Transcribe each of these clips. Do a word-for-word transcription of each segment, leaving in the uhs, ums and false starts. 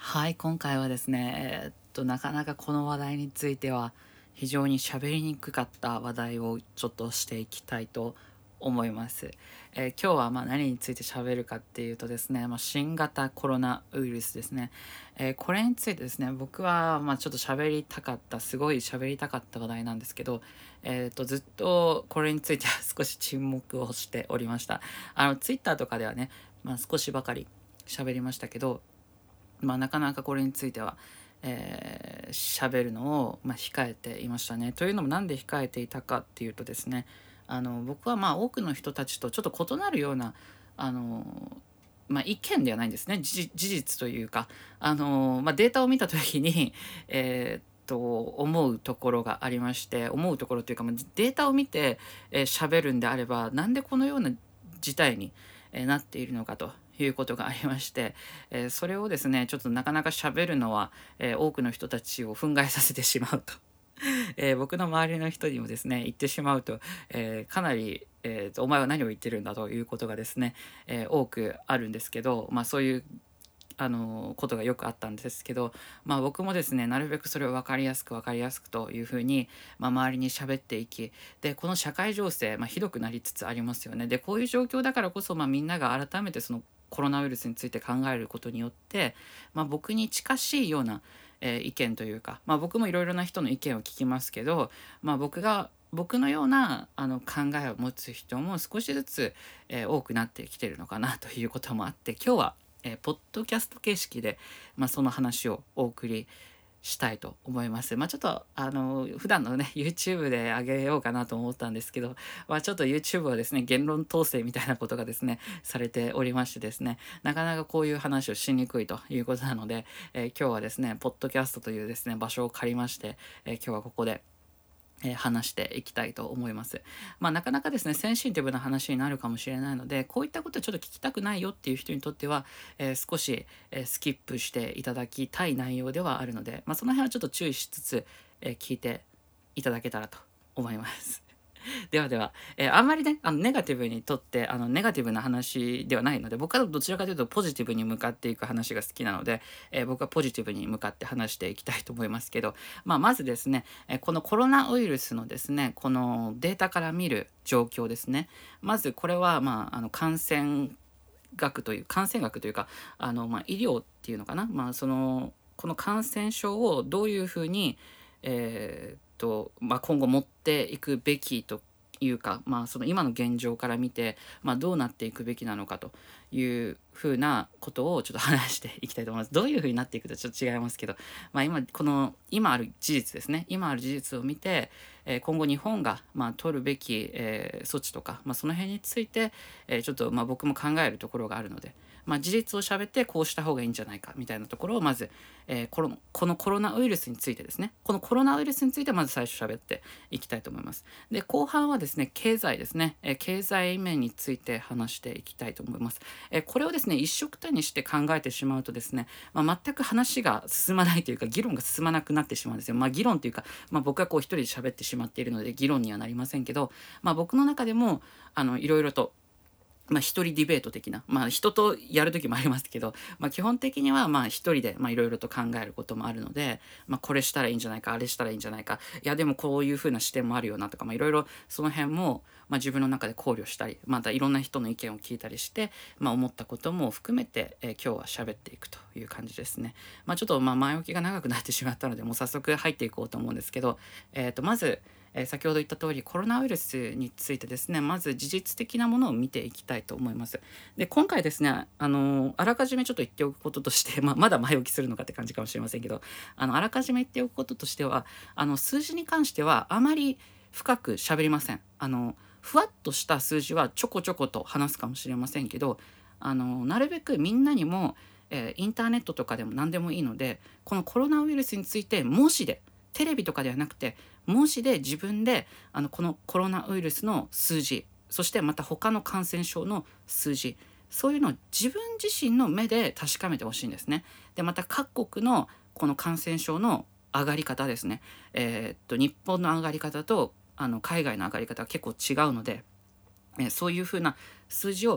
はい、今回はですね、えーっと、なかなかこの話題については非常に喋りにくかった話題をちょっとしていきたいと思います。えー今日はまあ何について喋るかっていうとですね、まあ、新型コロナウイルスですね。えーこれについてですね、僕はまあちょっと喋りたかった、すごい喋りたかった話題なんですけど、えーっと、ずっとこれについては少し沈黙をしておりました。あの、ツイッターとかではね、まあ少しばかり喋りましたけど、まあ、なかなかこれについては、えー、喋るのを、まあ、控えていましたね。というのもなんで控えていたかっていうとですね、あの僕はまあ多くの人たちとちょっと異なるようなあの、まあ、意見ではないんですね。事事実というかあの、まあ、データを見た時に、えーっと思うところがありまして、思うところというか、まあ、データを見てえー喋るんであればなんでこのような事態にえーなっているのかということがありまして、えーそれをですねちょっとなかなか喋るのは、えー多くの人たちを憤慨させてしまうと、えー僕の周りの人にもですね言ってしまうと、えーかなり、えーと「お前は何を言ってるんだ」ということがですね、えー多くあるんですけど、まあそういうあのことがよくあったんですけど、まあ、僕もですねなるべくそれを分かりやすく分かりやすくというふうに、まあ、周りに喋っていき、でこの社会情勢、まあ、ひどくなりつつありますよね。でこういう状況だからこそ、まあ、みんなが改めてそのコロナウイルスについて考えることによって、まあ、僕に近しいような、えー意見というか、まあ、僕もいろいろな人の意見を聞きますけど、まあ、僕が僕のようなあの考えを持つ人も少しずつ、えー多くなってきてるのかなということもあって、今日はえーポッドキャスト形式で、まあ、その話をお送りしたいと思います。まあ、ちょっとあの普段のね YouTube で上げようかなと思ったんですけど、まあ、ちょっと YouTube はですね言論統制みたいなことがですねされておりましてですね、なかなかこういう話をしにくいということなので、えー今日はですねポッドキャストというですね場所を借りまして、えー今日はここでえー話していきたいと思います。まあ、なかなかですね、センシティブな話になるかもしれないので、こういったことをちょっと聞きたくないよっていう人にとっては、えー少し、えースキップしていただきたい内容ではあるので、まあ、その辺はちょっと注意しつつ、えー聞いていただけたらと思います。ではでは、えーあんまりね、あのネガティブにとって、あのネガティブな話ではないので、僕はどちらかというとポジティブに向かっていく話が好きなので、えー僕はポジティブに向かって話していきたいと思いますけど、まあ、まずですね、えーこのコロナウイルスのですね、このデータから見る状況ですね。まずこれは、まあ、あの感染学という感染学というか、あの、まあ、医療っていうのかな、まあ、そのこの感染症をどういうふうに、えーっとまあ、今後持っていくべきというか、まあ、その今の現状から見て、まあ、どうなっていくべきなのかというふうなことをちょっと話していきたいと思います。どういうふうになっていくとちょっと違いますけど、まあ、今この今ある事実ですね、今ある事実を見て、えー今後日本が、まあ、取るべき、えー措置とか、まあ、その辺について、えーちょっと、まあ、僕も考えるところがあるので、まあ、事実を喋ってこうした方がいいんじゃないかみたいなところをまず、えーこのこのコロナウイルスについてですね、このコロナウイルスについてまず最初喋っていきたいと思います。で後半はですね経済ですね、えー経済面について話していきたいと思います。えーこれをですね一緒くたにして考えてしまうとですね、まあ、全く話が進まないというか議論が進まなくなってしまうんですよ。まあ、議論というか、まあ、僕はこう一人で喋ってしまっているので議論にはなりませんけど、まあ、僕の中でもあのいろいろとまあ、一人ディベート的な、まあ、人とやる時もありますけど、まあ、基本的にはまあ一人でいろいろと考えることもあるので、まあ、これしたらいいんじゃないか、あれしたらいいんじゃないか、いやでもこういうふうな視点もあるよなとか、まあ、いろいろその辺も、まあ、自分の中で考慮したり、またいろんな人の意見を聞いたりして、まあ、思ったことも含めて、えー今日は喋っていくという感じですね。まあ、ちょっとまあ前置きが長くなってしまったので、もう早速入っていこうと思うんですけど、えー、とまず、えー先ほど言った通りコロナウイルスについてですね、まず事実的なものを見ていきたいと思います。で今回ですね、あのあらかじめちょっと言っておくこととして、まあ、まだ前置きするのかって感じかもしれませんけど、あのあらかじめ言っておくこととしては、あの数字に関してはあまり深く喋りません。あのふわっとした数字はちょこちょこと話すかもしれませんけど、あのなるべくみんなにも、えーインターネットとかでも何でもいいので、このコロナウイルスについて文字で、テレビとかではなくて文字で自分であのこのコロナウイルスの数字、そしてまた他の感染症の数字、そういうのを自分自身の目で確かめてほしいんですね。でまた各国のこの感染症の上がり方ですね、えーっと日本の上がり方とあの海外の上がり方は結構違うので、えーそういうふうな数字を、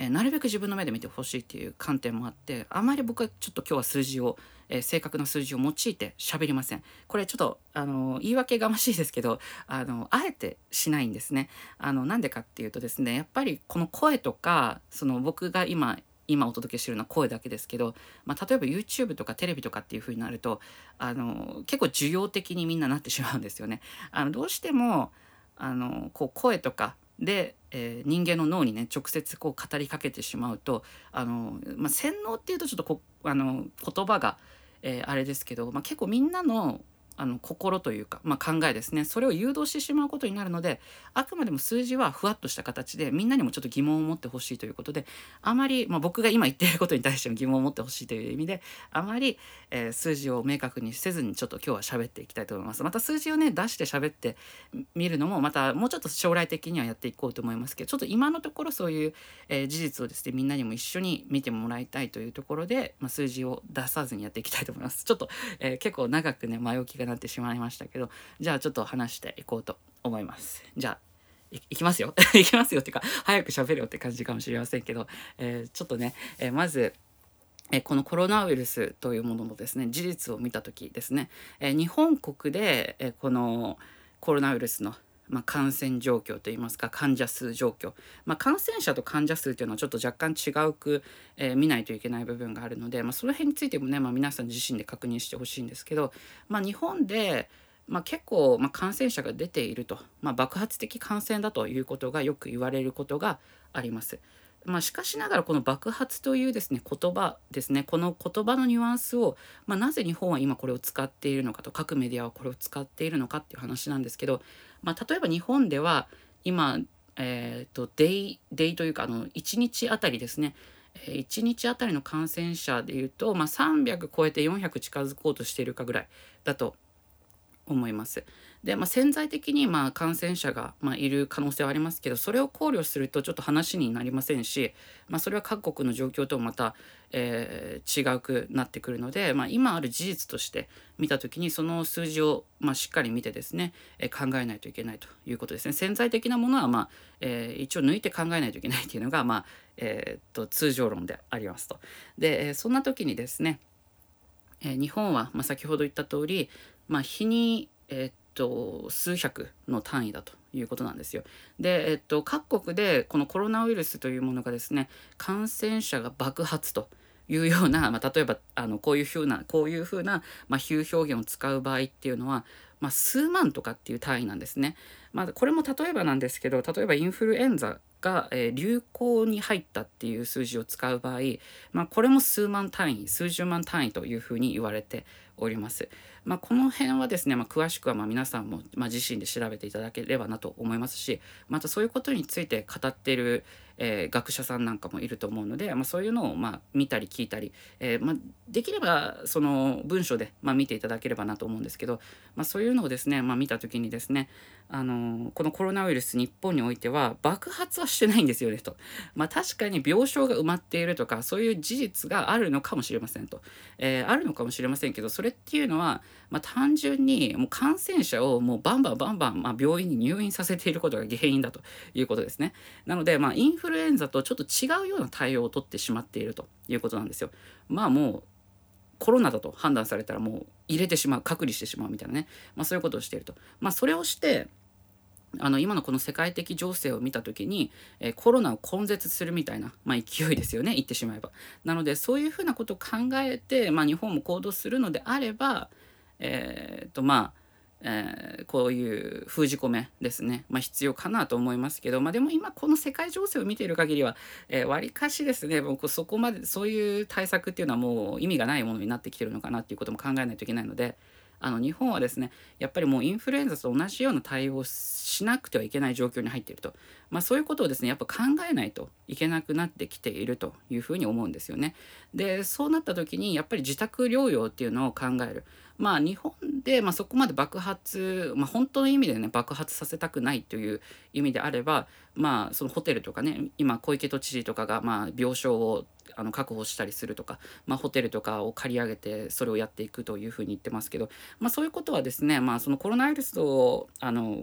えーなるべく自分の目で見てほしいっていう観点もあって、あまり僕はちょっと今日は数字を、えー正確な数字を用いて喋りません。これちょっとあの言い訳がましいですけど、あのあえてしないんですね。あのなんでかっていうとですね、やっぱりこの声とか、その僕が今今お届けしてるような声だけですけど、まあ、例えば YouTube とかテレビとかっていう風になると、あの結構需要的にみんななってしまうんですよね。あのどうしてもあのこう声とかで、えー人間の脳にね直接こう語りかけてしまうと、あの、まあ、洗脳っていうとちょっとこあの言葉が、えーあれですけど、まあ、結構みんなのあの心というか、まあ、考えですね、それを誘導してしまうことになるので、あくまでも数字はふわっとした形でみんなにもちょっと疑問を持ってほしいということで、あまり、まあ、僕が今言っていることに対しての疑問を持ってほしいという意味で、あまり、えー数字を明確にせずにちょっと今日は喋っていきたいと思います。また数字をね出して喋ってみるのもまたもうちょっと将来的にはやっていこうと思いますけど、ちょっと今のところそういう、えー事実をですねみんなにも一緒に見てもらいたいというところで、まあ、数字を出さずにやっていきたいと思います。ちょっと、えー結構長くね前置きがなってしまいましたけど、じゃあちょっと話していこうと思います。じゃあいいきますよいきますよっていうか早く喋るよって感じかもしれませんけど、えーちょっとね、えーまずえーこのコロナウイルスというもののですね事実を見た時ですね、えー日本国で、えーこのコロナウイルスの、まあ、感染状況といいますか患者数状況、まあ、感染者と患者数というのはちょっと若干違うく、えー見ないといけない部分があるので、まあ、その辺についてもね、まあ、皆さん自身で確認してほしいんですけど、まあ、日本で、まあ、結構、まあ、感染者が出ていると、まあ、爆発的感染だということがよく言われることがあります。まあ、しかしながらこの爆発というですね言葉ですね、この言葉のニュアンスを、まあ、なぜ日本は今これを使っているのかと、各メディアはこれを使っているのかっていう話なんですけど、まあ、例えば日本では今、えー、とデイ、デイというかあのいちにちあたりですね、えーいちにちあたりの感染者でいうと、まあ、さんびゃく超えてよんひゃく近づこうとしているかぐらいだと思います。で、まあ、潜在的にまあ感染者がまあいる可能性はありますけど、それを考慮するとちょっと話になりませんし、まあ、それは各国の状況ともまた、えー違うくなってくるので、まあ、今ある事実として見た時にその数字をまあしっかり見てですね、えー考えないといけないということですね。潜在的なものはまあ、えー一応抜いて考えないといけないというのが、まあえーっと通常論でありますと。で、えーそんな時にですね、えー日本は、まあ、先ほど言った通り、まあ、日に、えーっと数百の単位だということなんですよ。で、えーっと各国でこのコロナウイルスというものがですね感染者が爆発というような、まあ、例えばあのこういうふうなこういうふうな、まあ、比喩表現を使う場合っていうのは、まあ、数万とかっていう単位なんですね。まあ、これも例えばなんですけど、例えばインフルエンザが、えー流行に入ったっていう数字を使う場合、まあ、これも数万単位数十万単位というふうに言われております。まあ、この辺はですね、まあ、詳しくはまあ皆さんもまあ自身で調べていただければなと思いますし、またそういうことについて語っている、えー学者さんなんかもいると思うので、まあ、そういうのをまあ見たり聞いたり、えーまあ、できればその文章でまあ見ていただければなと思うんですけど、まあ、そういうのをですね、まあ、見た時にですね、あのーこのコロナウイルス日本においては爆発はしてないんですよねと。まあ、確かに病床が埋まっているとかそういう事実があるのかもしれませんと、えーあるのかもしれませんけど、それっていうのは、まあ、単純にもう感染者をもうバンバンバンバン、まあ、病院に入院させていることが原因だということですね。なので、まあ、インフルエンザとちょっと違うような対応を取ってしまっているということなんですよ。まあもうコロナだと判断されたらもう入れてしまう、隔離してしまうみたいなね、まあ、そういうことをしていると。まあ、それをしてあの今のこの世界的情勢を見た時に、えーコロナを根絶するみたいな、まあ、勢いですよね、言ってしまえば。なのでそういうふうなことを考えて、まあ、日本も行動するのであれば、えーっとまあえーこういう封じ込めですね、まあ、必要かなと思いますけど、まあ、でも今この世界情勢を見ている限りはわり、かしですね、僕そこまでそういう対策っていうのはもう意味がないものになってきてるのかなっていうことも考えないといけないので、あの日本はですねやっぱりもうインフルエンザと同じような対応をしなくてはいけない状況に入っていると、まあ、そういうことをですねやっぱ考えないといけなくなってきているというふうに思うんですよね。でそうなった時にやっぱり自宅療養っていうのを考える。まあ日本で、まあ、そこまで爆発、まあ、本当の意味でね爆発させたくないという意味であれば、まあそのホテルとかね、今小池都知事とかがまあ病床をあの確保したりするとか、まあ、ホテルとかを借り上げてそれをやっていくというふうに言ってますけど、まあ、そういうことはですね、まあ、そのコロナウイルスをあの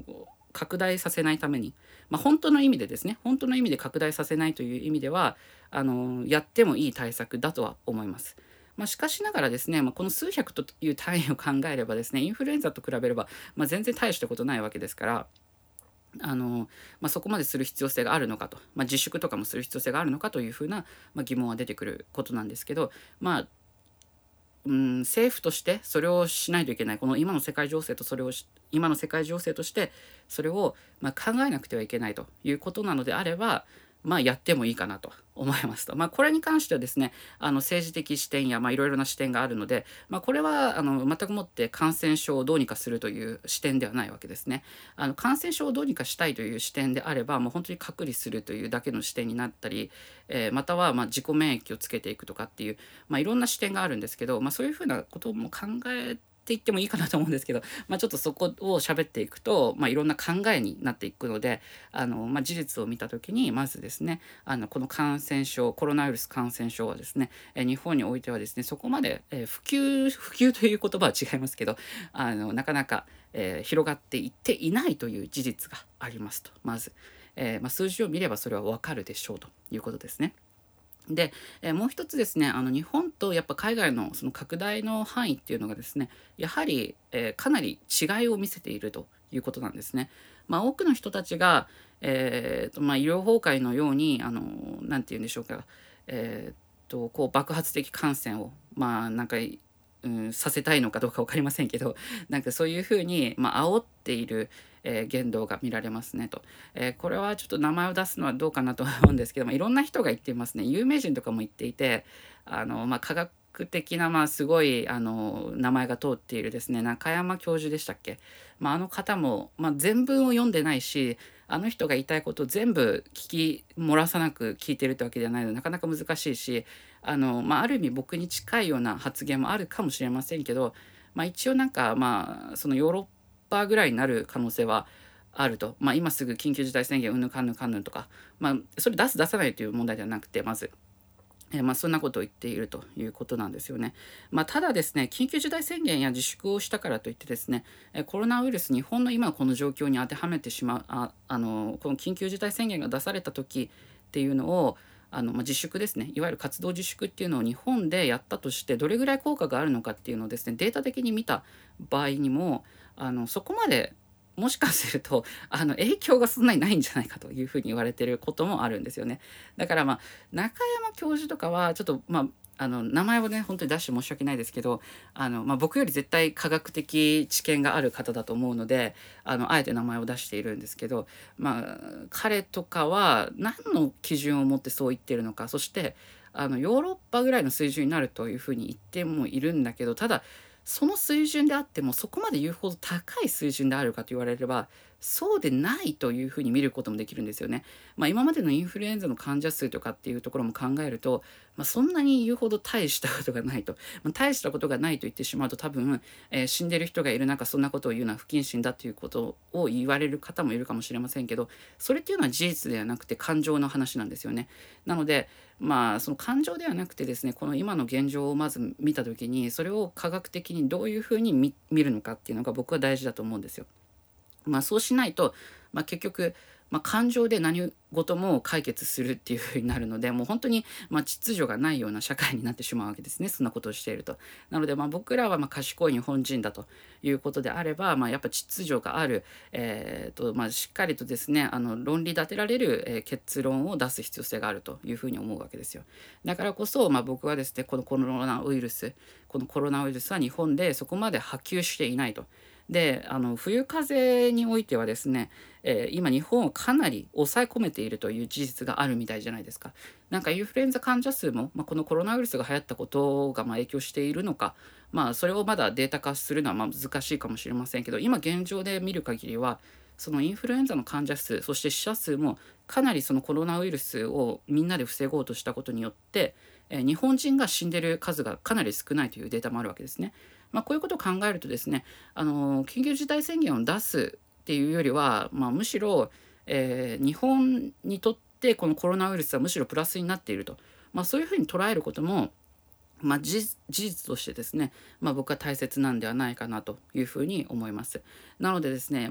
拡大させないために、まあ、本当の意味でですね本当の意味で拡大させないという意味ではあのやってもいい対策だとは思います。まあ、しかしながらですね、まあ、この数百という単位を考えればですねインフルエンザと比べれば、まあ、全然大したことないわけですから。あのまあ、そこまでする必要性があるのかと、まあ、自粛とかもする必要性があるのかというふうな、まあ、疑問は出てくることなんですけど、まあ、うん、政府としてそれをしないといけないこの今の世界情勢とそれを今の世界情勢としてそれをまあ考えなくてはいけないということなのであれば、まあ、やってもいいかなと思いますと、まあ、これに関してはですねあの政治的視点やまあいろいろな視点があるので、まあ、これはあの全くもって感染症をどうにかするという視点ではないわけですね。あの感染症をどうにかしたいという視点であればもう本当に隔離するというだけの視点になったり、えーまたはまあ自己免疫をつけていくとかっていう、まあ、いろんな視点があるんですけど、まあ、そういうふうなことも考えていってもいいかなと思うんですけど、まあ、ちょっとそこを喋っていくと、まあ、いろんな考えになっていくのであの、まあ、事実を見た時にまずですねあのこの感染症コロナウイルス感染症はですねえ日本においてはですねそこまで、えー普及普及という言葉は違いますけどあのなかなか、えー広がっていっていないという事実がありますとまず、えーまあ、数字を見ればそれはわかるでしょうということですね。で、えーもう一つですねあの日本とやっぱ海外のその拡大の範囲っていうのがですねやはり、えーかなり違いを見せているということなんですね。まあ、多くの人たちが、えーとまあ、医療崩壊のようにあのなんて言うんでしょうか、えーとこう爆発的感染をまあなんかうん、させたいのかどうか分かりませんけどなんかそういうふうに、まあ煽っている、えー言動が見られますねと、えーこれはちょっと名前を出すのはどうかなと思うんですけどもいろんな人が言っていますね。有名人とかも言っていてあの、まあ、科学的な、まあ、すごいあの名前が通っているですね中山教授でしたっけ、まあ、あの方も、まあ、全文を読んでないしあの人が言いたいことを全部聞き漏らさなく聞いてるってわけではないのでなかなか難しいしあの、まあ、ある意味僕に近いような発言もあるかもしれませんけど、まあ、一応なんかまあそのヨーロッパぐらいになる可能性はあると、まあ、今すぐ緊急事態宣言うんぬんかんぬんかんぬんとか、まあ、それ出す出さないという問題ではなくてまず。えーまあ、そんなことを言っているということなんですよね。まあ、ただですね、緊急事態宣言や自粛をしたからといってですね、えーコロナウイルス、日本の今のこの状況に当てはめてしまう、あ、あの、この緊急事態宣言が出された時っていうのを、あのまあ、自粛ですね、いわゆる活動自粛っていうのを日本でやったとして、どれぐらい効果があるのかっていうのをですね、データ的に見た場合にも、あのそこまでもしかするとあの影響がそんなにないんじゃないかというふうに言われてることもあるんですよね。だからまあ中山教授とかはちょっとまああの名前をね本当に出して申し訳ないですけどあの、まあ、僕より絶対科学的知見がある方だと思うのであのあえて名前を出しているんですけど、まあ、彼とかは何の基準を持ってそう言ってるのかそしてあのヨーロッパぐらいの水準になるというふうに言ってもいるんだけどただその水準であってもそこまで言うほど高い水準であるかと言われればそうでないというふうに見ることもできるんですよね。まあ、今までのインフルエンザの患者数とかっていうところも考えると、まあ、そんなに言うほど大したことがないと、まあ、大したことがないと言ってしまうと多分、えー死んでる人がいる中そんなことを言うのは不謹慎だということを言われる方もいるかもしれませんけどそれっていうのは事実ではなくて感情の話なんですよね。なのでまあその感情ではなくてですねこの今の現状をまず見た時にそれを科学的にどういうふうに見見るのかっていうのが僕は大事だと思うんですよ。まあ、そうしないと、まあ、結局、まあ、感情で何事も解決するっていう風になるのでもう本当に、まあ、秩序がないような社会になってしまうわけですねそんなことをしていると。なので、まあ、僕らはまあ賢い日本人だということであれば、まあ、やっぱ秩序がある、えーとまあ、しっかりとですねあの論理立てられる、えー結論を出す必要性があるというふうに思うわけですよ。だからこそ、まあ、僕はですねこのコロナウイルスこのコロナウイルスは日本でそこまで波及していないと。であの冬風邪においてはですね、えー今日本をかなり抑え込めているという事実があるみたいじゃないですか。なんかインフルエンザ患者数も、まあ、このコロナウイルスが流行ったことがまあ影響しているのか、まあ、それをまだデータ化するのはまあ難しいかもしれませんけど今現状で見る限りはそのインフルエンザの患者数そして死者数もかなりそのコロナウイルスをみんなで防ごうとしたことによって、えー日本人が死んでる数がかなり少ないというデータもあるわけですね。まあ、こういうことを考えるとですねあの緊急事態宣言を出すっていうよりは、まあ、むしろ、えー日本にとってこのコロナウイルスはむしろプラスになっていると、まあ、そういうふうに捉えることも、まあ、事事実としてですね、まあ、僕は大切なんではないかなというふうに思います。なのでですね、まあ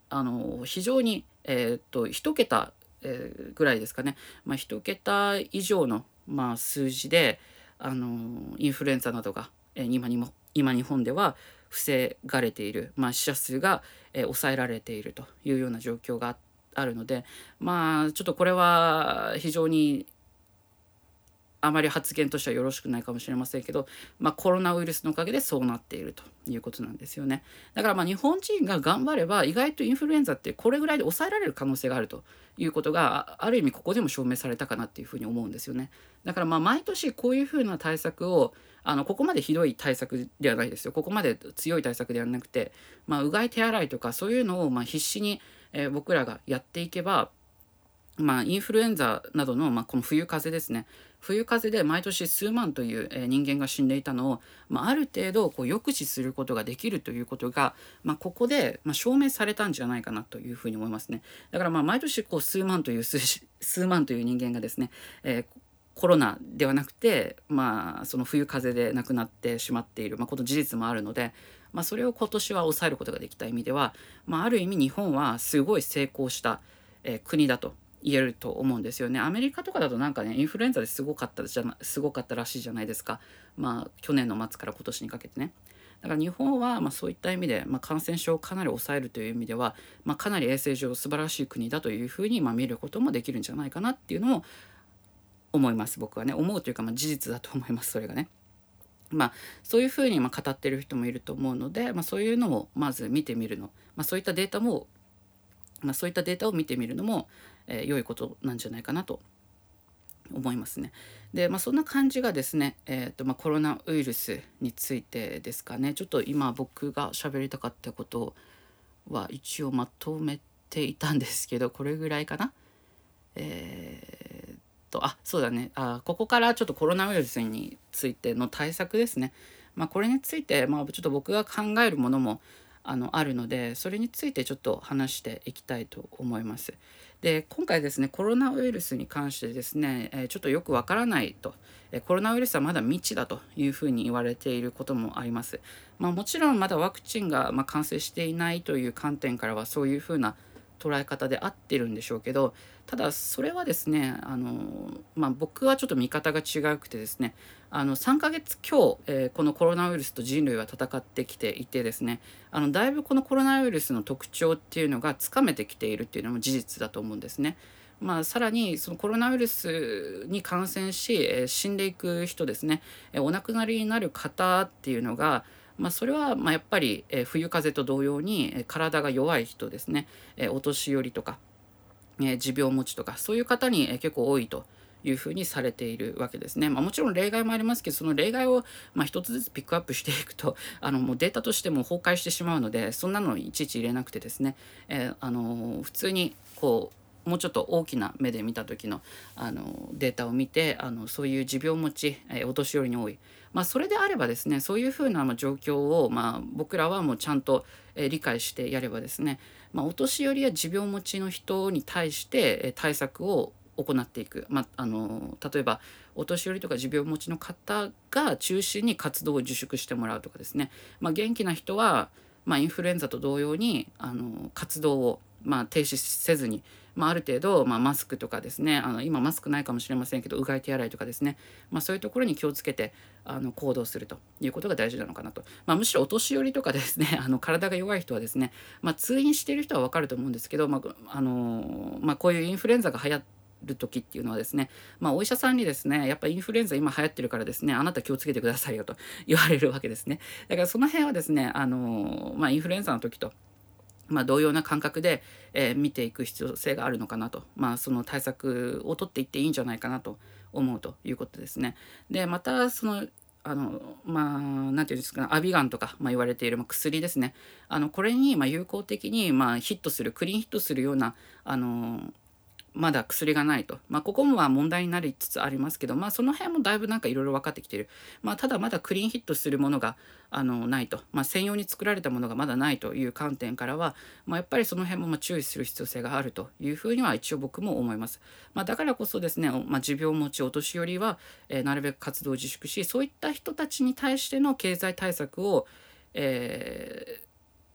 あの非常に、えー、っといち桁、えーぐらいですかね、まあ、いち桁以上の、まあ、数字であのインフルエンザなどが、えー今にも今日本では防がれている、まあ、死者数が、えー抑えられているというような状況がああるので、まあちょっとこれは非常にあまり発言としてはよろしくないかもしれませんけど、まあ、コロナウイルスのおかげでそうなっているということなんですよね。だからまあ日本人が頑張れば意外とインフルエンザってこれぐらいで抑えられる可能性があるということがあある意味ここでも証明されたかなっていうふうに思うんですよね。だからまあ毎年こういうふうな対策をあのここまでひどい対策ではないですよ。ここまで強い対策ではなくて、まあ、うがい手洗いとかそういうのをまあ必死に、えー僕らがやっていけば、まあ、インフルエンザなどの、まあ、この冬風邪ですね。冬風邪で毎年数万という、えー人間が死んでいたのを、まあ、ある程度こう抑止することができるということが、まあ、ここで、まあ、証明されたんじゃないかなというふうに思いますね。だからまあ毎年こう数万という数字数万という人間がですね、えーコロナではなくて、まあ、その冬風邪で亡くなってしまっている、まあ、この事実もあるので、まあ、それを今年は抑えることができた意味では、まあ、ある意味日本はすごい成功した、えー国だと言えると思うんですよね。アメリカとかだとなんかねインフルエンザですごかったじゃなすごかったらしいじゃないですか。まあ去年の末から今年にかけてね。だから日本はまあそういった意味で、まあ、感染症をかなり抑えるという意味では、まあ、かなり衛生上素晴らしい国だというふうにまあ見ることもできるんじゃないかなっていうのを思います。僕はね思うというか、まあ、事実だと思います、それがね。まあ、そういうふうにまあ語ってる人もいると思うので、まあ、そういうのをまず見てみるの、まあ、そういったデータも、まあ、そういったデータを見てみるのも、えー良いことなんじゃないかなと思いますね。で、まあ、そんな感じがですね、えーとまあ、コロナウイルスについてですかね。ちょっと今僕が喋りたかったことは一応まとめていたんですけど、これぐらいかな。えーっとあそうだねあここからちょっとコロナウイルスについての対策ですね。まあ、これについて、まあ、ちょっと僕が考えるものもあのあるので、それについてちょっと話していきたいと思います。で今回ですねコロナウイルスに関してですね、えーちょっとよくわからないと、えーコロナウイルスはまだ未知だというふうに言われていることもあります。まあ、もちろんまだワクチンが、まあ、完成していないという観点からはそういうふうな捉え方で合ってるんでしょうけど、ただそれはですねあの、まあ、僕はちょっと見方が違くてですね、あのさんかげつ強、えーこのコロナウイルスと人類は戦ってきていてですね、あのだいぶこのコロナウイルスの特徴っていうのがつかめてきているっていうのも事実だと思うんですね。まあ、さらにそのコロナウイルスに感染し、えー死んでいく人ですね、えーお亡くなりになる方っていうのが、まあ、それはまあやっぱり、えー冬風邪と同様に、えー体が弱い人ですね、えーお年寄りとか、えー持病持ちとかそういう方に、えー結構多いというふうにされているわけですね。まあ、もちろん例外もありますけど、その例外をまあ一つずつピックアップしていくとあのもうデータとしても崩壊してしまうので、そんなのいちいち入れなくてですね、えーあのー普通にこうもうちょっと大きな目で見た時のあのデータを見て、あのそういう持病持ち、えーお年寄りに多い、まあ、それであればですねそういうふうなまあ状況を、まあ、僕らはもうちゃんと、えー理解してやればですね、まあ、お年寄りや持病持ちの人に対してえー対策を行っていく、まあ、あの例えばお年寄りとか持病持ちの方が中心に活動を自粛してもらうとかですね、まあ、元気な人は、まあ、インフルエンザと同様にあの活動を、まあ、停止せずに、まあ、ある程度、まあ、マスクとかですね、あの今マスクないかもしれませんけどうがい手洗いとかですね、まあ、そういうところに気をつけてあの行動するということが大事なのかなと、まあ、むしろお年寄りとかですねあの体が弱い人はですね、まあ、通院している人は分かると思うんですけど、まああのまあ、こういうインフルエンザが流行ってる時っていうのはですね、まあ、お医者さんにですねやっぱりインフルエンザ今流行ってるからですねあなた気をつけてくださいよと言われるわけですね。だからその辺はですねあの、まあ、インフルエンザの時とまあ、同様な感覚で、えー見ていく必要性があるのかなと、まあ、その対策を取っていっていいんじゃないかなと思うということですね。でまたそのあのまあなんていうんですかね、アビガンとか、まあ、言われている、まあ、薬ですね。あのこれにまあ有効的にまあヒットするクリーンヒットするようなあのまだ薬がないと、まあ、ここもまあ問題になりつつありますけど、まあ、その辺もだいぶなんかいろいろ分かってきている、まあ、ただまだクリーンヒットするものがあのないと、まあ、専用に作られたものがまだないという観点からは、まあ、やっぱりその辺もまあ注意する必要性があるというふうには一応僕も思います。まあ、だからこそですね、まあ、持病を持ちお年寄りは、えーなるべく活動を自粛し、そういった人たちに対しての経済対策を、えー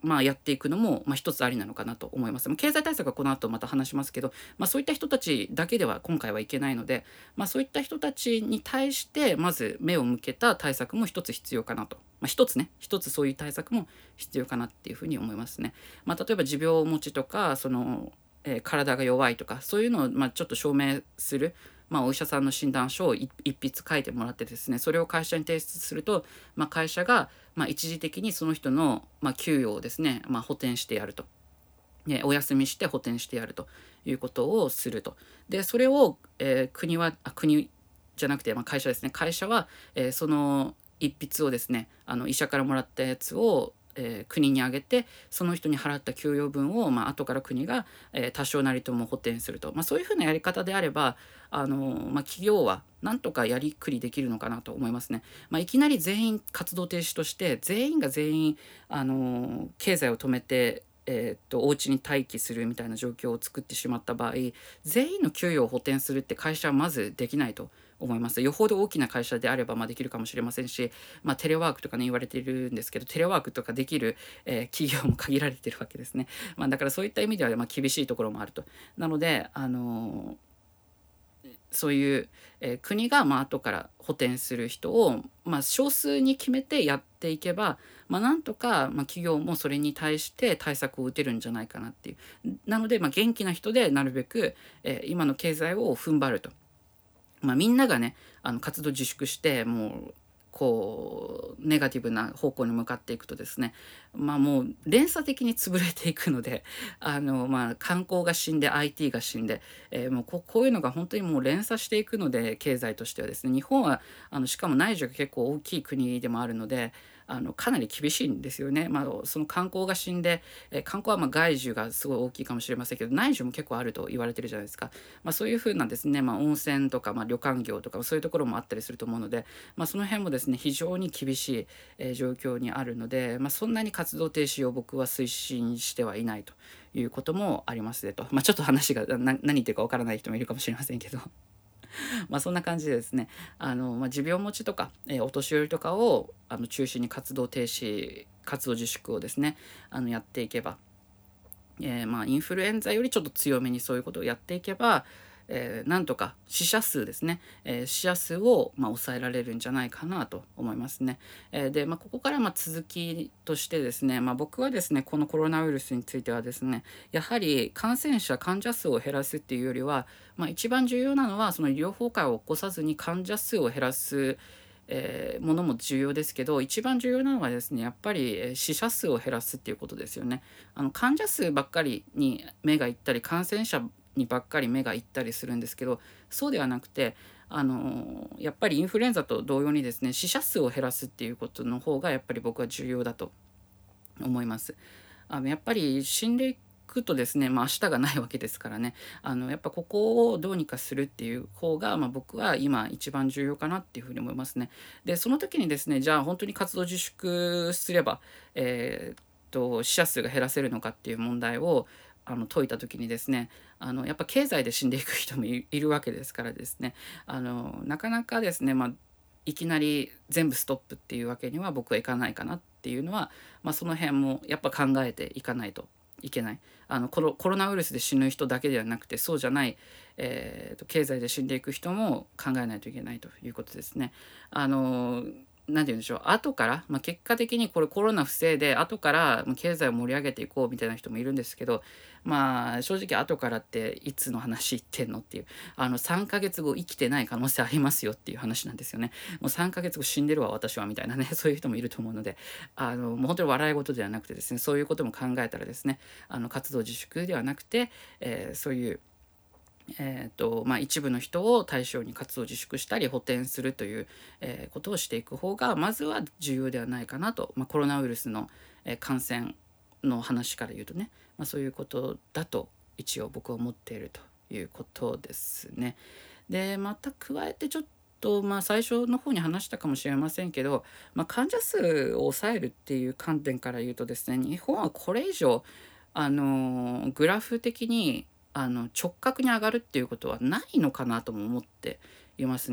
まあ、やっていくのも、まあ、一つありなのかなと思います。まあ経済対策はこの後また話しますけど、まあ、そういった人たちだけでは今回はいけないので、まあ、そういった人たちに対してまず目を向けた対策も一つ必要かなと、まあ、一つね一つそういう対策も必要かなっていうふうに思いますね。まあ、例えば持病持ちとかその、えー体が弱いとかそういうのを、まあ、ちょっと証明する、まあ、お医者さんの診断書を一筆書いてもらってですね、それを会社に提出すると、まあ、会社がまあ一時的にその人のまあ給与をですね、まあ、補填してやると。ね、お休みして補填してやるということをすると。でそれを、えー国はあ国じゃなくて、まあ、会社ですね。会社は、えーその一筆をですね、あの医者からもらったやつを、えー国にあげて、その人に払った給与分を、まあ後から国が、えー多少なりとも補填すると、まあ、そういうふうなやり方であれば、あのまあ、企業はなんとかやりくりできるのかなと思いますね。まあ、いきなり全員活動停止として全員が全員、あの経済を止めてえーっとお家に待機するみたいな状況を作ってしまった場合、全員の給与を補填するって会社はまずできないと思います。よほど大きな会社であればまあできるかもしれませんし、まあ、テレワークとかね言われているんですけど、テレワークとかできる、えー企業も限られているわけですね。まあ、だからそういった意味ではまあ厳しいところもあると。なので、あのーそういう、えー国がまあ後から補填する人を、まあ、少数に決めてやっていけば、まあ、なんとか、まあ、企業もそれに対して対策を打てるんじゃないかなっていう。なので、まあ、元気な人でなるべく、えー今の経済を踏ん張ると。まあ、みんながねあの活動自粛してもうこうネガティブな方向に向かっていくとですね、まあもう連鎖的に潰れていくので、あのまあ観光が死んで アイティー が死んで、えーもうここういうのが本当にもう連鎖していくので、経済としてはですね、日本はあのしかも内需が結構大きい国でもあるので、あのかなり厳しいんですよね。まあ、その観光が死んで、えー観光はまあ外需がすごい大きいかもしれませんけど、内需も結構あると言われてるじゃないですか。まあ、そういうふうなんですね、まあ、温泉とか、まあ、旅館業とかそういうところもあったりすると思うので、まあ、その辺もですね非常に厳しい、えー状況にあるので、まあ、そんなに活動停止を僕は推進してはいないということもありますねと、まあ、ちょっと話がな何言ってるかわからない人もいるかもしれませんけどまあそんな感じでですね、あの、まあ、持病持ちとか、えーお年寄りとかをあの中心に活動停止活動自粛をですねあのやっていけば、えーまあインフルエンザよりちょっと強めにそういうことをやっていけば、えーなんとか死者数ですね、えー死者数をまあ抑えられるんじゃないかなと思いますね。えーで、まあ、ここからまあ続きとしてですね、まあ、僕はですねこのコロナウイルスについてはですねやはり感染者患者数を減らすっていうよりは、まあ、一番重要なのはその医療崩壊を起こさずに患者数を減らすえーものも重要ですけど、一番重要なのはですねやっぱりえー死者数を減らすっていうことですよね。あの患者数ばっかりに目がいったり感染者にばっかり目がいったりするんですけど、そうではなくて、あのーやっぱりインフルエンザと同様にですね死者数を減らすっていうことの方がやっぱり僕は重要だと思います。あのやっぱり死んでいくとですね、まあ、明日がないわけですからね、あのやっぱここをどうにかするっていう方が、まあ、僕は今一番重要かなっていうふうに思いますね。でその時にですねじゃあ本当に活動自粛すれば、えーっと死者数が減らせるのかっていう問題をあの解いた時にですね、あのやっぱ経済で死んでいく人もいいるわけですからですね、あのなかなかですね、まあ、いきなり全部ストップっていうわけには僕はいかないかなっていうのは、まあ、その辺もやっぱ考えていかないといけない。あのコロ、コロナウイルスで死ぬ人だけではなくてそうじゃない、えーと、経済で死んでいく人も考えないといけないということですね。あのなんて言うんでしょう、後から、まあ、結果的にこれコロナ防いで後からまあ経済を盛り上げていこうみたいな人もいるんですけど、まあ正直後からっていつの話言ってんのっていう、あのさんかげつご生きてない可能性ありますよっていう話なんですよね。もうさんかげつご死んでるわ私はみたいなねそういう人もいると思うので、あのもう本当に笑い事ではなくてですね、そういうことも考えたらですね、あの活動自粛ではなくて、えーそういうえーとまあ、一部の人を対象に活動自粛したり補填するという、えーことをしていく方がまずは重要ではないかなと、まあ、コロナウイルスの、えー感染の話から言うとね、まあ、そういうことだと一応僕は思っているということですね。でまた加えてちょっと、まあ、最初の方に話したかもしれませんけど、まあ、患者数を抑えるっていう観点から言うとですね、日本はこれ以上あのグラフ的にあの直角に上がるっていうことはないのかなとも思っていますね。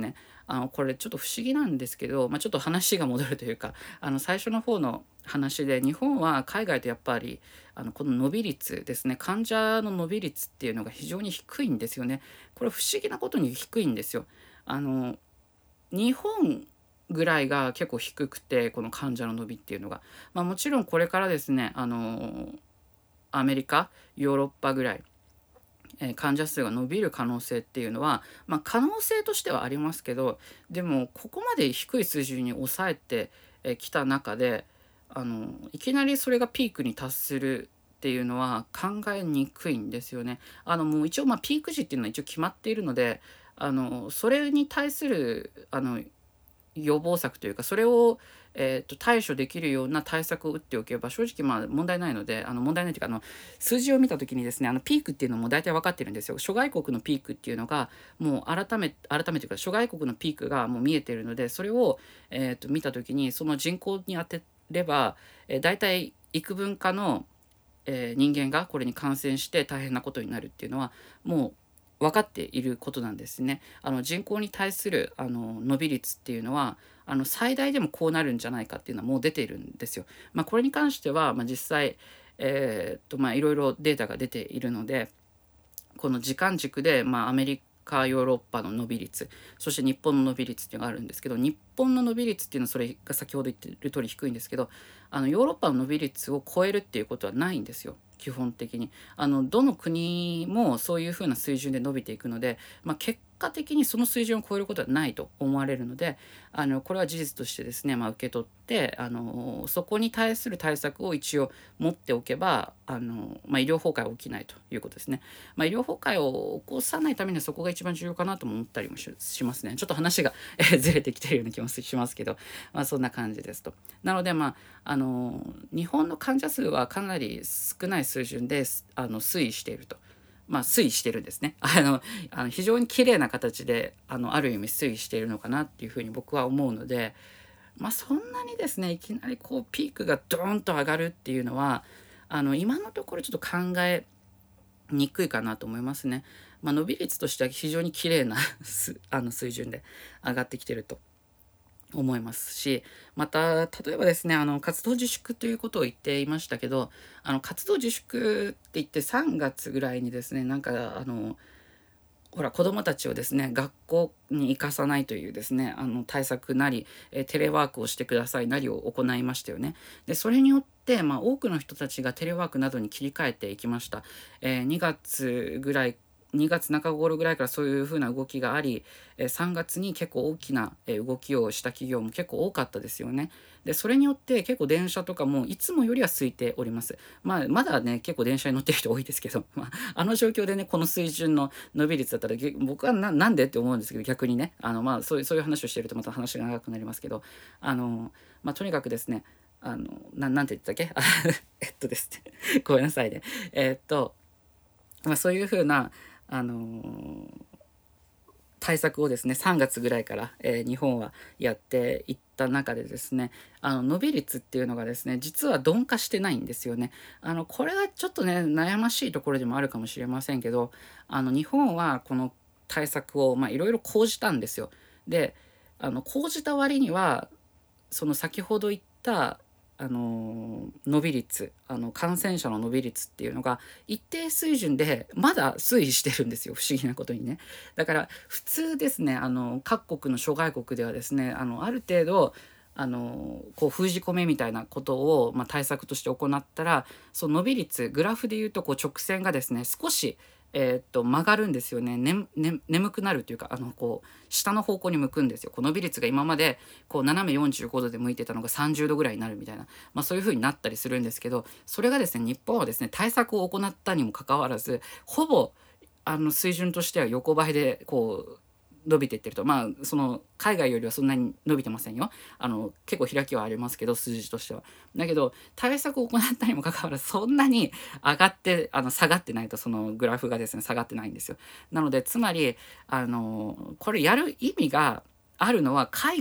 あのこれちょっと不思議なんですけど、まあ、ちょっと話が戻るというか、あの最初の方の話で、日本は海外とやっぱりあのこの伸び率ですね、患者の伸び率っていうのが非常に低いんですよね。これ不思議なことに低いんですよ。あの日本ぐらいが結構低くて、この患者の伸びっていうのが、まあ、もちろんこれからですね、あのアメリカヨーロッパぐらい、えー患者数が伸びる可能性っていうのは、まあ、可能性としてはありますけど、でもここまで低い水準に抑えてえーきた中で、あのいきなりそれがピークに達するっていうのは考えにくいんですよね。あのもう一応まあピーク時っていうのは一応決まっているので、あのそれに対するあの予防策というか、それを、えーと対処できるような対策を打っておけば正直まあ問題ないので、あの問題ないというか、あの数字を見た時にですね、あのピークっていうのも大体分かってるんですよ。諸外国のピークっていうのがもう改め改めてというか、諸外国のピークがもう見えてるので、それを、えーと見た時にその人口に当てれば、えー、大体幾分かの、えー人間がこれに感染して大変なことになるっていうのはもう分かっていることなんですね。あの人口に対するあの伸び率っていうのは、あの最大でもこうなるんじゃないかっていうのはもう出ているんですよ。まあ、これに関しては、まあ、実際、えーっとまあいろいろデータが出ているので、この時間軸で、まあ、アメリカヨーロッパの伸び率、そして日本の伸び率っていうのがあるんですけど、日本の伸び率っていうのはそれが先ほど言ってる通り低いんですけど、あのヨーロッパの伸び率を超えるっていうことはないんですよ。基本的にあのどの国もそういうふうな水準で伸びていくので、まあ、結果的にその水準を超えることはないと思われるので、あのこれは事実としてですね、まあ、受け取ってあのそこに対する対策を一応持っておけば、あの、まあ、医療崩壊は起きないということですね。まあ、医療崩壊を起こさないためにはそこが一番重要かなとも思ったりもししますね。ちょっと話がえーずれてきているような気もしますけど、まあ、そんな感じですと。なので、まあ、あの日本の患者数はかなり少ない水準であの推移していると。まあ、推移してるんですね。あのあの非常に綺麗な形であのある意味推移しているのかなっていうふうに僕は思うので、まあ、そんなにですねいきなりこうピークがドーンと上がるっていうのは、あの今のところちょっと考えにくいかなと思いますね。まあ、伸び率としては非常に綺麗なすあの水準で上がってきてると思いますし、また例えばですね、あの活動自粛ということを言っていましたけど、あの活動自粛って言ってさんがつぐらいにですね、なんかあのほら子どもたちをですね学校に行かさないというですねあの対策なり、えーテレワークをしてくださいなりを行いましたよね。でそれによって、まあ、多くの人たちがテレワークなどに切り替えていきました。えーにがつぐらいにがつ中頃ぐらいからそういうふうな動きがあり、えーさんがつに結構大きなえー動きをした企業も結構多かったですよね。でそれによって結構電車とかもいつもよりは空いております。まあまだね結構電車に乗ってる人多いですけど、まあ、あの状況でねこの水準の伸び率だったらげ僕はななんでって思うんですけど、逆にねあの、まあ、そういうそういう話をしてるとまた話が長くなりますけど、あの、まあ、とにかくですね、あのななんて言ってたっけあえっとですねごめんなさいね。えっと、まあ、そういうふうなあの対策をですねさんがつぐらいから、えー日本はやっていった中でですね、あの伸び率っていうのがですね実は鈍化してないんですよね。あのこれがちょっとね悩ましいところでもあるかもしれませんけど、あの日本はこの対策をまあいろいろ講じたんですよ。であの講じた割にはその先ほど言ったあの伸び率、あの感染者の伸び率っていうのが一定水準でまだ推移してるんですよ、不思議なことにね。だから普通ですね、あの各国の諸外国ではですね、あのある程度あのこう封じ込めみたいなことを、まあ、対策として行ったら、その伸び率グラフでいうとこう直線がですね少しえーっと曲がるんですよね。ねね眠くなるというか、あのこう下の方向に向くんですよ。こう伸び率が今までこう斜めよんじゅうごどで向いてたのがさんじゅうどぐらいになるみたいな、まあ、そういう風になったりするんですけど、それがですね日本はですね対策を行ったにもかかわらず、ほぼあの水準としては横ばいでこう伸びていってると。まあその海外よりはそんなに伸びてませんよ。あの結構開きはありますけど数字としては。だけど対策を行ったにもかかわらずそんなに上がってあの下がってないと、そのグラフがですね下がってないんですよ。なのでつまりあのこれやる意味があるのは海外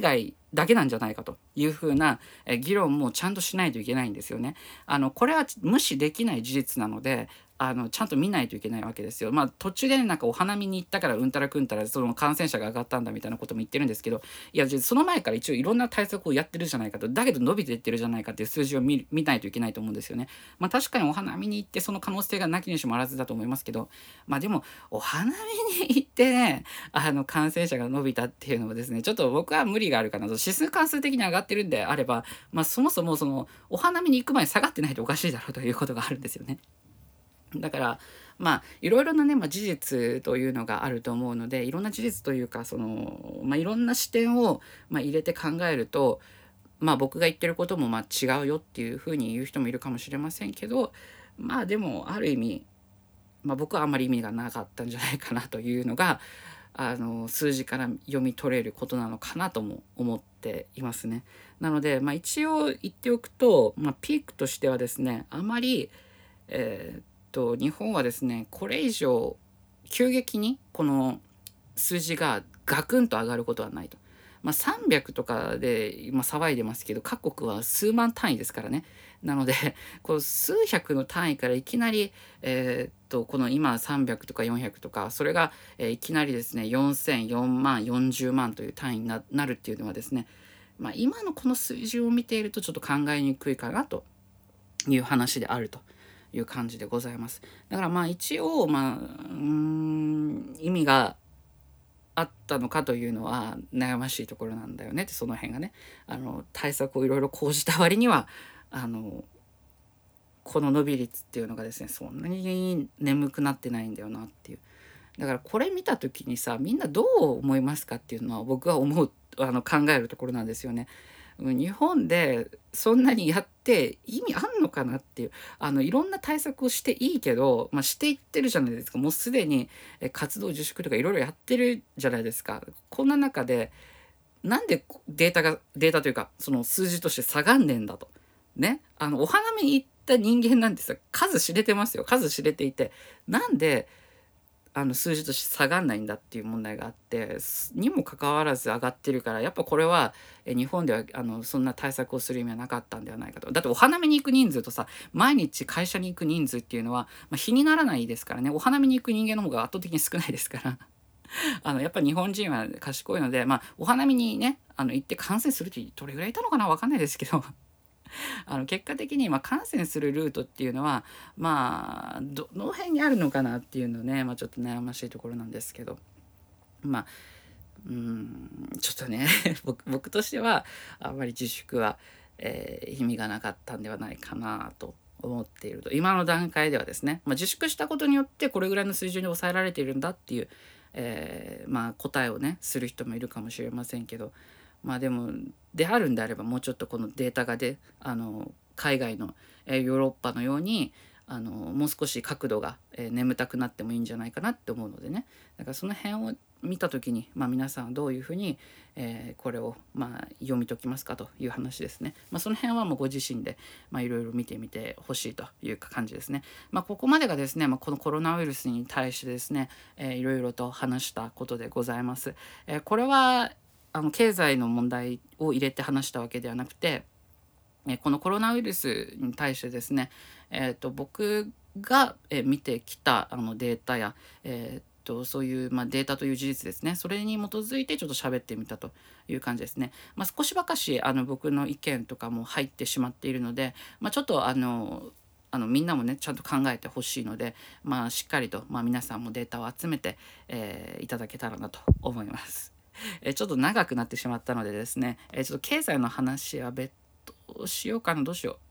だけなんじゃないかというふうなえ議論もちゃんとしないといけないんですよね。あのこれは無視できない事実なので、あのちゃんと見ないといけないわけですよ。まあ途中でねなんかお花見に行ったからうんたらくんたらその感染者が上がったんだみたいなことも言ってるんですけど、いやその前から一応いろんな対策をやってるじゃないかと、だけど伸びていってるじゃないかっていう数字を見見ないといけないと思うんですよね。まあ確かにお花見に行ってその可能性がなきにしもあらずだと思いますけど、まあでもお花見に行ってねあの感染者が伸びたっていうのはですねちょっと僕は無理があるかなと。指数関数的に上がってるんであれば、まあそもそもそのお花見に行く前に下がってないとおかしいだろうということがあるんですよね。だからまあいろいろなね、まあ、事実というのがあると思うので、いろんな事実というかその、まあ、いろんな視点を、まあ、入れて考えると、まあ僕が言ってることもまあ違うよっていうふうに言う人もいるかもしれませんけど、まあでもある意味、まあ、僕はあんまり意味がなかったんじゃないかなというのがあの数字から読み取れることなのかなとも思っていますね。なので、まあ、一応言っておくと、まあ、ピークとしてはですねあまりえーっと日本はですねこれ以上急激にこの数字がガクンと上がることはないと。まあ、さんびゃくとかで今騒いでますけど各国は数万単位ですからね。なのでこう数百の単位からいきなり、えーっとこの今さんびゃくとかよんひゃくとかそれが、えーいきなりですねよんせん、よんまん、よんじゅうまんという単位にななるっていうのはですね、まあ、今のこの数字を見ているとちょっと考えにくいかなという話であるという感じでございます。だからまあ一応まあうーん意味があったのかというのは悩ましいところなんだよねって、その辺がねあの対策をいろいろ講じた割にはあのこの伸び率っていうのがですねそんなに眠くなってないんだよなっていう。だからこれ見た時にさみんなどう思いますかっていうのは僕は思うあの考えるところなんですよね。日本でそんなにやって意味あんのかなっていう、あのいろんな対策をしていいけど、まあ、していってるじゃないですか。もうすでにえ活動自粛とかいろいろやってるじゃないですか。こんな中でなんでデータがデータというかその数字として下がんねんだと。ね、あのお花見に行った人間なんてさ数知れてますよ。数知れていてなんであの数字として下がんないんだっていう問題があってにもかかわらず上がってるから、やっぱこれはえ日本ではあのそんな対策をする意味はなかったんではないかと。だってお花見に行く人数とさ毎日会社に行く人数っていうのは、まあ、比にならないですからね。お花見に行く人間の方が圧倒的に少ないですからあのやっぱ日本人は賢いので、まあ、お花見にねあの行って感染するってどれぐらいいたのかな分かんないですけどあの結果的にまあ感染するルートっていうのはまあどの辺にあるのかなっていうのね、まあ、ちょっと悩ましいところなんですけど、まあうんちょっとね僕僕としてはあんまり自粛は、えー意味がなかったんではないかなと思っていると今の段階ではですね、まあ、自粛したことによってこれぐらいの水準に抑えられているんだっていう、えーまあ、答えをねする人もいるかもしれませんけど、まあでもであるんであればもうちょっとこのデータがであの海外の、えーヨーロッパのようにあのもう少し角度が、えー眠たくなってもいいんじゃないかなって思うのでね。だからその辺を見た時に、まあ、皆さんはどういうふうに、えーこれを、まあ、読み解きますかという話ですね。まあ、その辺はもうご自身でいろいろ見てみてほしいという感じですね。まあ、ここまでがですね、まあ、このコロナウイルスに対してですね、えー、いろいろと話したことでございます。えーこれはあの経済の問題を入れて話したわけではなくて、えーこのコロナウイルスに対してですね、えー、と僕が、えー見てきたあのデータや、えーとそういう、まあ、データという事実ですね、それに基づいてちょっと喋ってみたという感じですね。まあ、少しばかしあの僕の意見とかも入ってしまっているので、まあ、ちょっとあのあのみんなもねちゃんと考えてほしいので、まあ、しっかりと、まあ、皆さんもデータを集めて、えーいただけたらなと思います。えーちょっと長くなってしまったのでですね、えーちょっと経済の話は別途しようかな、どうしよう。